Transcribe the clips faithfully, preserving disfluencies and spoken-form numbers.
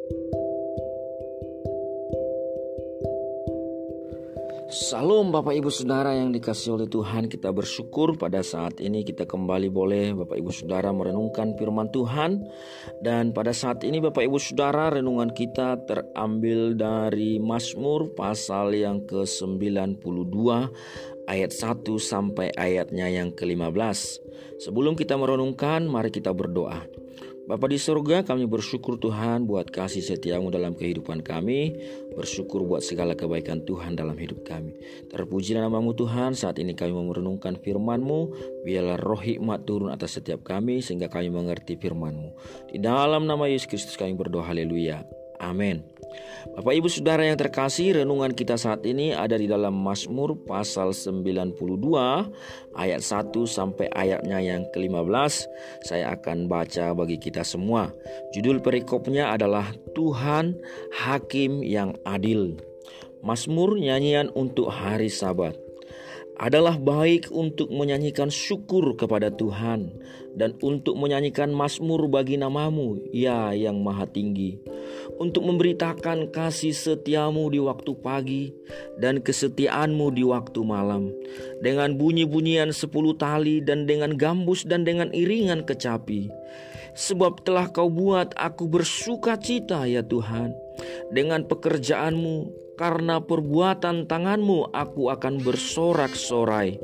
Salam Bapak Ibu Saudara yang dikasihi oleh Tuhan. Kita bersyukur pada saat ini kita kembali boleh Bapak Ibu Saudara merenungkan firman Tuhan. Dan pada saat ini Bapak Ibu Saudara, renungan kita terambil dari Mazmur pasal yang ke sembilan puluh dua ayat satu sampai ayatnya yang ke lima belas. Sebelum kita merenungkan, mari kita berdoa. Bapa di surga, kami bersyukur Tuhan buat kasih setiamu dalam kehidupan kami. Bersyukur buat segala kebaikan Tuhan dalam hidup kami. Terpujilah namamu Tuhan. Saat ini kami mau merenungkan firman-Mu. Biarlah roh hikmat turun atas setiap kami sehingga kami mengerti firman-Mu. Di dalam nama Yesus Kristus kami berdoa, haleluya, amin. Bapak Ibu Saudara yang terkasih, renungan kita saat ini ada di dalam Mazmur pasal sembilan puluh dua ayat satu sampai ayatnya yang ke lima belas. Saya akan baca bagi kita semua. Judul perikopnya adalah Tuhan Hakim yang Adil. Mazmur nyanyian untuk hari Sabat. Adalah baik untuk menyanyikan syukur kepada Tuhan dan untuk menyanyikan mazmur bagi namamu, ya yang maha tinggi, untuk memberitakan kasih setiamu di waktu pagi dan kesetiaanmu di waktu malam, dengan bunyi-bunyian sepuluh tali dan dengan gambus dan dengan iringan kecapi. Sebab telah kau buat aku bersuka cita ya Tuhan, dengan pekerjaanmu. Karena perbuatan tanganmu aku akan bersorak-sorai.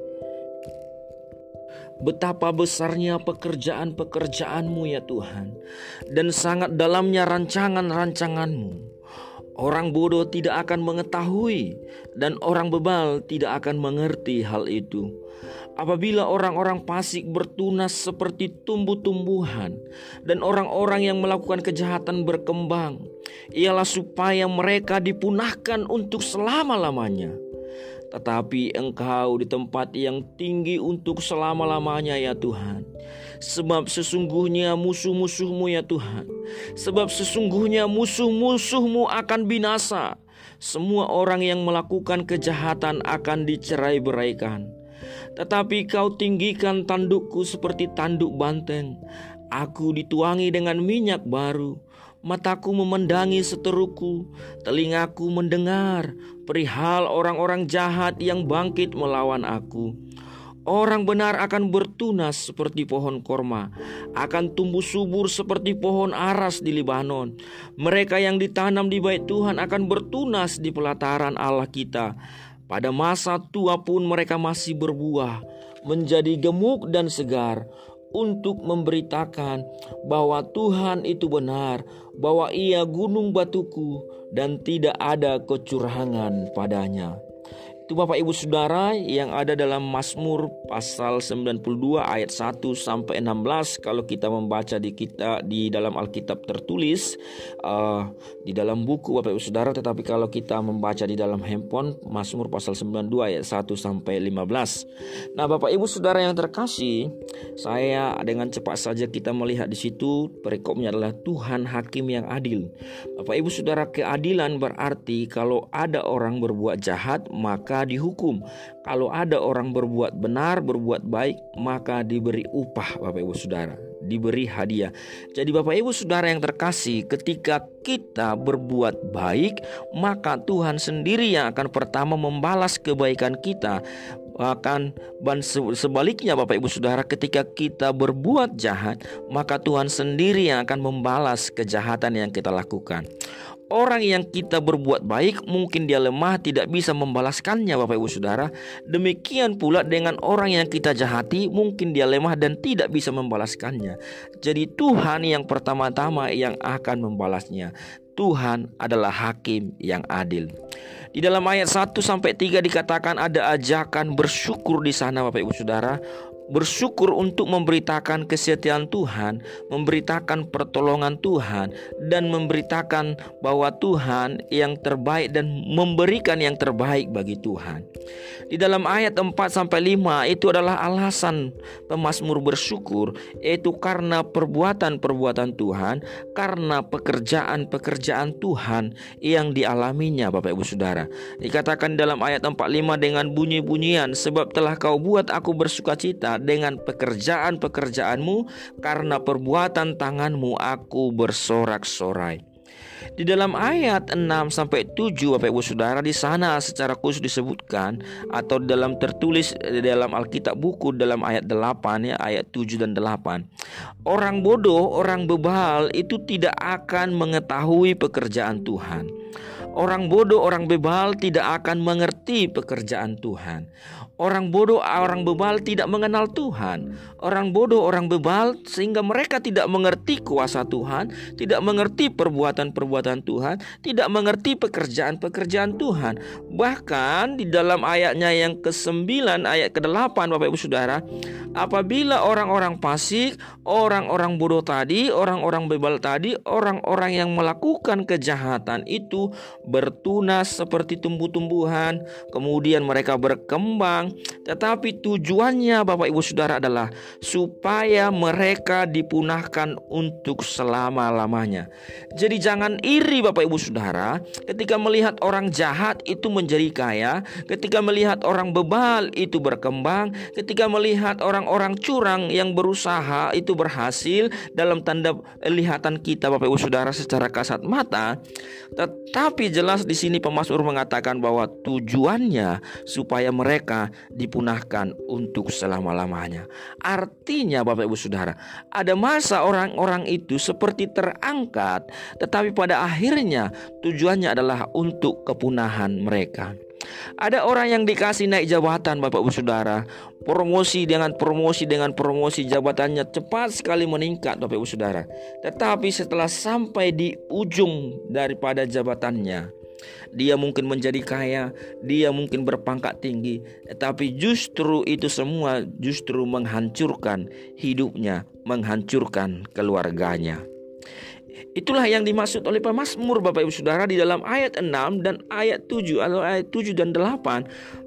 Betapa besarnya pekerjaan-pekerjaanmu ya Tuhan, dan sangat dalamnya rancangan-rancanganmu. Orang bodoh tidak akan mengetahui, dan orang bebal tidak akan mengerti hal itu. Apabila orang-orang fasik bertunas seperti tumbuh-tumbuhan, dan orang-orang yang melakukan kejahatan berkembang, ialah supaya mereka dipunahkan untuk selama-lamanya. Tetapi Engkau di tempat yang tinggi untuk selama-lamanya ya Tuhan. Sebab sesungguhnya musuh-musuhmu ya Tuhan, Sebab sesungguhnya musuh-musuhmu akan binasa. Semua orang yang melakukan kejahatan akan dicerai-beraikan. Tetapi kau tinggikan tandukku seperti tanduk banteng. Aku dituangi dengan minyak baru. Mataku memandangi seteruku, telingaku mendengar perihal orang-orang jahat yang bangkit melawan aku. Orang benar akan bertunas seperti pohon korma, akan tumbuh subur seperti pohon aras di Libanon. Mereka yang ditanam di bait Tuhan akan bertunas di pelataran Allah kita. Pada masa tua pun mereka masih berbuah, menjadi gemuk dan segar, untuk memberitakan bahwa Tuhan itu benar, bahwa Ia gunung batuku dan tidak ada kecurangan padanya. Itu Bapak Ibu Saudara yang ada dalam Mazmur pasal sembilan puluh dua ayat satu sampai enam belas. Kalau kita membaca di kita di dalam Alkitab tertulis uh, di dalam buku Bapak Ibu Saudara, tetapi kalau kita membaca di dalam handphone, Mazmur pasal sembilan puluh dua ayat satu sampai lima belas. Nah, Bapak Ibu Saudara yang terkasih, saya dengan cepat saja kita melihat di situ perikopnya adalah Tuhan Hakim yang Adil. Bapak Ibu Saudara, keadilan berarti kalau ada orang berbuat jahat maka dihukum. Kalau ada orang berbuat benar, berbuat baik, maka diberi upah Bapak Ibu Saudara, diberi hadiah. Jadi Bapak Ibu Saudara yang terkasih, ketika kita berbuat baik, maka Tuhan sendiri yang akan pertama membalas kebaikan kita. Bahkan sebaliknya Bapak Ibu Saudara, ketika kita berbuat jahat, maka Tuhan sendiri yang akan membalas kejahatan yang kita lakukan. Orang yang kita berbuat baik mungkin dia lemah, tidak bisa membalaskannya Bapak Ibu Saudara. Demikian pula dengan orang yang kita jahati, mungkin dia lemah dan tidak bisa membalaskannya. Jadi Tuhan yang pertama-tama yang akan membalasnya. Tuhan adalah Hakim yang adil. Di dalam ayat satu sampai tiga dikatakan ada ajakan bersyukur di sana Bapak Ibu Saudara. Bersyukur untuk memberitakan kesetiaan Tuhan, memberitakan pertolongan Tuhan, dan memberitakan bahwa Tuhan yang terbaik dan memberikan yang terbaik bagi Tuhan. Di dalam ayat empat sampai lima itu adalah alasan pemazmur bersyukur, yaitu karena perbuatan-perbuatan Tuhan, karena pekerjaan-pekerjaan Tuhan yang dialaminya Bapak Ibu Saudara. Dikatakan dalam ayat empat puluh lima dengan bunyi-bunyian, sebab telah kau buat aku bersukacita dengan pekerjaan-pekerjaanmu, karena perbuatan tanganmu aku bersorak-sorai. Di dalam ayat enam sampai tujuh Bapak Ibu Saudara, di sana secara khusus disebutkan atau dalam tertulis di dalam Alkitab buku dalam ayat delapan, ya, ayat tujuh dan delapan. Orang bodoh, orang bebal itu tidak akan mengetahui pekerjaan Tuhan. Orang bodoh, orang bebal tidak akan mengerti pekerjaan Tuhan. Orang bodoh, orang bebal tidak mengenal Tuhan. Orang bodoh, orang bebal sehingga mereka tidak mengerti kuasa Tuhan, tidak mengerti perbuatan-perbuatan Tuhan, tidak mengerti pekerjaan-pekerjaan Tuhan. Bahkan di dalam ayatnya yang kesembilan, ayat kedelapan Bapak Ibu Saudara, apabila orang-orang fasik, orang-orang bodoh tadi, orang-orang bebal tadi, orang-orang yang melakukan kejahatan itu bertunas seperti tumbuh-tumbuhan, kemudian mereka berkembang. Tetapi tujuannya Bapak Ibu Saudara adalah supaya mereka dipunahkan untuk selama-lamanya. Jadi jangan iri Bapak Ibu Saudara ketika melihat orang jahat itu menjadi kaya, ketika melihat orang bebal itu berkembang, ketika melihat orang-orang curang yang berusaha itu berhasil dalam tanda lihatan kita Bapak Ibu Saudara secara kasat mata. Tetapi jelas di sini pemazmur mengatakan bahwa tujuannya supaya mereka dipunahkan untuk selama-lamanya. Artinya Bapak Ibu Saudara, ada masa orang-orang itu seperti terangkat, tetapi pada akhirnya tujuannya adalah untuk kepunahan mereka. Ada orang yang dikasih naik jabatan Bapak Ibu Saudara, promosi dengan promosi dengan promosi, jabatannya cepat sekali meningkat Bapak Ibu Saudara. Tetapi setelah sampai di ujung daripada jabatannya, dia mungkin menjadi kaya, dia mungkin berpangkat tinggi, tetapi justru itu semua justru menghancurkan hidupnya, menghancurkan keluarganya. Itulah yang dimaksud oleh pemazmur Bapak Ibu Saudara di dalam ayat enam dan ayat tujuh atau ayat tujuh dan delapan,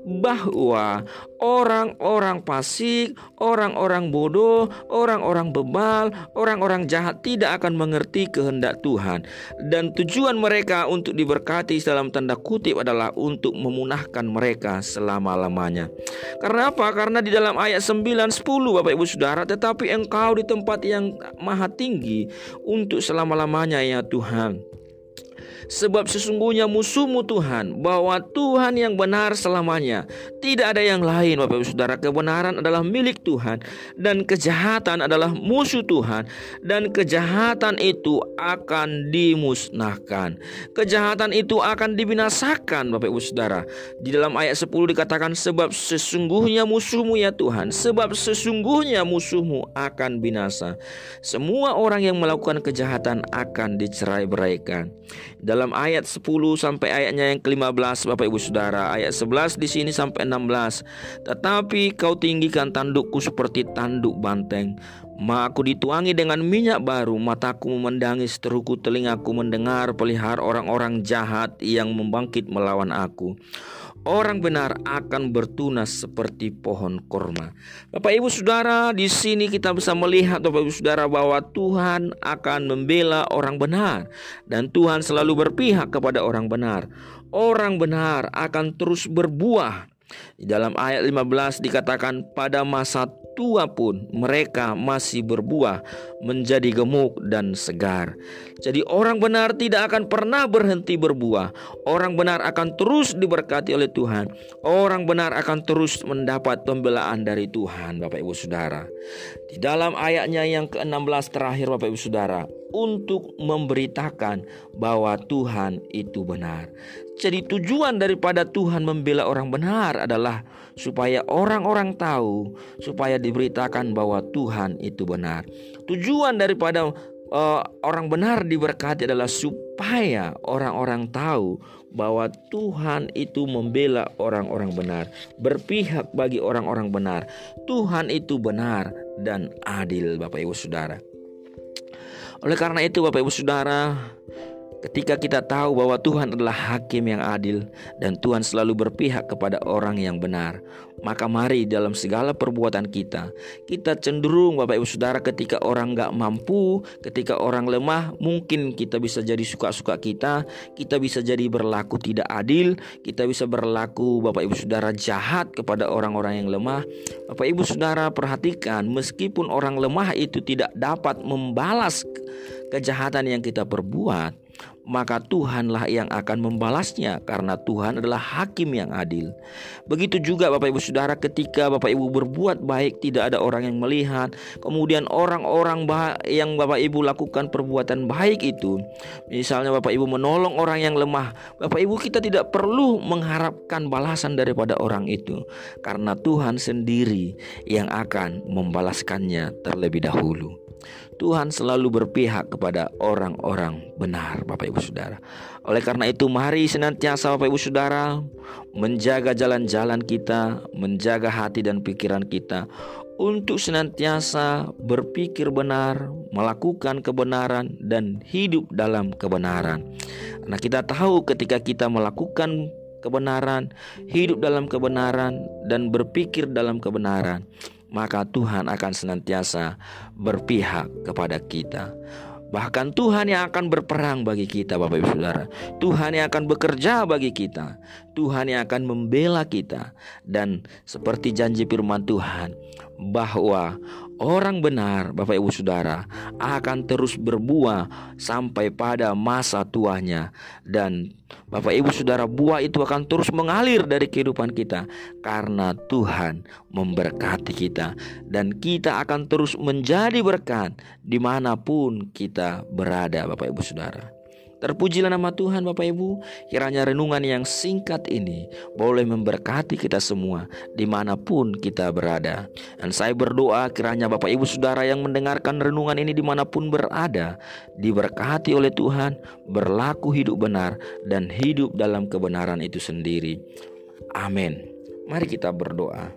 bahwa orang-orang fasik, orang-orang bodoh, orang-orang bebal, orang-orang jahat tidak akan mengerti kehendak Tuhan, dan tujuan mereka untuk diberkati dalam tanda kutip adalah untuk memunahkan mereka selama-lamanya. Karena apa? Karena di dalam ayat sembilan sepuluh Bapak Ibu Saudara, tetapi engkau di tempat yang maha tinggi untuk selama-lamanya ya Tuhan. Sebab sesungguhnya musuhmu Tuhan, bahwa Tuhan yang benar selamanya. Tidak ada yang lain Bapak Ibu Saudara. Kebenaran adalah milik Tuhan, dan kejahatan adalah musuh Tuhan, dan kejahatan itu akan dimusnahkan. Kejahatan itu akan dibinasakan Bapak Ibu Saudara. Di dalam ayat sepuluh dikatakan, sebab sesungguhnya musuhmu ya Tuhan, sebab sesungguhnya musuhmu akan binasa. Semua orang yang melakukan kejahatan akan dicerai-beraikan. Dalam ayat sepuluh sampai ayatnya yang kelima belas Bapak Ibu Saudara, ayat sebelas di sini sampai enam belas. Tetapi kau tinggikan tandukku seperti tanduk banteng, aku dituangi dengan minyak baru, mataku memandangi, seteruku telingaku mendengar pelihara orang-orang jahat yang membangkit melawan aku. Orang benar akan bertunas seperti pohon korma. Bapak Ibu Saudara, di sini kita bisa melihat Bapak Ibu Saudara bahwa Tuhan akan membela orang benar, dan Tuhan selalu berpihak kepada orang benar. Orang benar akan terus berbuah. Di dalam ayat lima belas dikatakan, pada masa tua pun mereka masih berbuah, menjadi gemuk dan segar. Jadi orang benar tidak akan pernah berhenti berbuah. Orang benar akan terus diberkati oleh Tuhan. Orang benar akan terus mendapat pembelaan dari Tuhan Bapak Ibu Saudara. Di dalam ayatnya yang ke enam belas terakhir Bapak Ibu Saudara, untuk memberitakan bahwa Tuhan itu benar. Jadi tujuan daripada Tuhan membela orang benar adalah supaya orang-orang tahu, supaya diberitakan bahwa Tuhan itu benar. Tujuan daripada uh, orang benar diberkati adalah supaya orang-orang tahu bahwa Tuhan itu membela orang-orang benar, berpihak bagi orang-orang benar. Tuhan itu benar dan adil Bapak Ibu Saudara. Oleh karena itu Bapak Ibu Saudara, ketika kita tahu bahwa Tuhan adalah hakim yang adil dan Tuhan selalu berpihak kepada orang yang benar, maka mari dalam segala perbuatan kita, kita cenderung Bapak Ibu Saudara, ketika orang gak mampu, ketika orang lemah, mungkin kita bisa jadi suka-suka kita, kita bisa jadi berlaku tidak adil, kita bisa berlaku Bapak Ibu Saudara jahat kepada orang-orang yang lemah. Bapak Ibu Saudara perhatikan, meskipun orang lemah itu tidak dapat membalas kejahatan yang kita perbuat, maka Tuhanlah yang akan membalasnya, karena Tuhan adalah hakim yang adil. Begitu juga Bapak Ibu Saudara, ketika Bapak Ibu berbuat baik tidak ada orang yang melihat, kemudian orang-orang yang Bapak Ibu lakukan perbuatan baik itu, misalnya Bapak Ibu menolong orang yang lemah, Bapak Ibu kita tidak perlu mengharapkan balasan daripada orang itu, karena Tuhan sendiri yang akan membalaskannya terlebih dahulu. Tuhan selalu berpihak kepada orang-orang benar, Bapak Ibu Saudara. Oleh karena itu, mari senantiasa Bapak Ibu Saudara menjaga jalan-jalan kita, menjaga hati dan pikiran kita untuk senantiasa berpikir benar, melakukan kebenaran, dan hidup dalam kebenaran. Karena kita tahu ketika kita melakukan kebenaran, hidup dalam kebenaran, dan berpikir dalam kebenaran, maka Tuhan akan senantiasa berpihak kepada kita. Bahkan Tuhan yang akan berperang bagi kita, Bapak Ibu Saudara. Tuhan yang akan bekerja bagi kita. Tuhan yang akan membela kita. Dan seperti janji firman Tuhan, bahwa orang benar, Bapak Ibu Saudara, akan terus berbuah sampai pada masa tuanya. Dan Bapak Ibu Saudara, buah itu akan terus mengalir dari kehidupan kita, karena Tuhan memberkati kita. Dan kita akan terus menjadi berkat dimanapun kita berada, Bapak Ibu Saudara. Terpujilah nama Tuhan, Bapak Ibu. Kiranya renungan yang singkat ini boleh memberkati kita semua dimanapun kita berada. Dan saya berdoa kiranya Bapak Ibu Saudara yang mendengarkan renungan ini dimanapun berada, diberkati oleh Tuhan, berlaku hidup benar, dan hidup dalam kebenaran itu sendiri. Amin. Mari kita berdoa.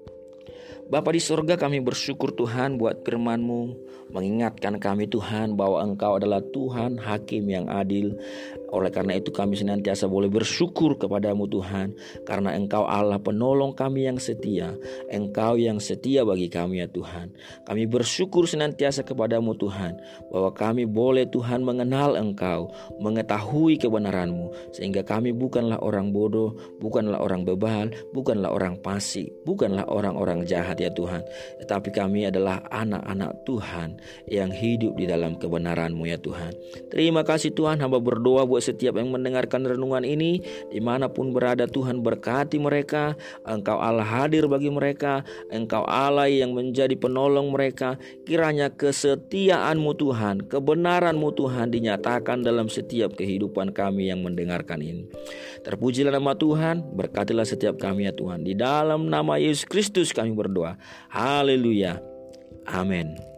Bapa di surga, kami bersyukur Tuhan buat firman-Mu, mengingatkan kami Tuhan bahwa Engkau adalah Tuhan hakim yang adil. Oleh karena itu kami senantiasa boleh bersyukur kepadamu Tuhan, karena Engkau Allah penolong kami yang setia. Engkau yang setia bagi kami ya Tuhan. Kami bersyukur senantiasa kepadamu Tuhan, bahwa kami boleh Tuhan mengenal Engkau, mengetahui kebenaran-Mu, sehingga kami bukanlah orang bodoh, bukanlah orang bebal, bukanlah orang fasik, bukanlah orang-orang jahat ya Tuhan, tetapi kami adalah anak-anak Tuhan yang hidup di dalam kebenaran-Mu ya Tuhan. Terima kasih Tuhan, hamba berdoa buat setiap yang mendengarkan renungan ini, dimanapun berada Tuhan berkati mereka. Engkau Allah hadir bagi mereka, Engkau Allah yang menjadi penolong mereka. Kiranya kesetiaan-Mu Tuhan, kebenaran-Mu Tuhan dinyatakan dalam setiap kehidupan kami yang mendengarkan ini. Terpujilah nama Tuhan, berkatilah setiap kami ya Tuhan. Di dalam nama Yesus Kristus kami berdoa. Haleluya. Amin.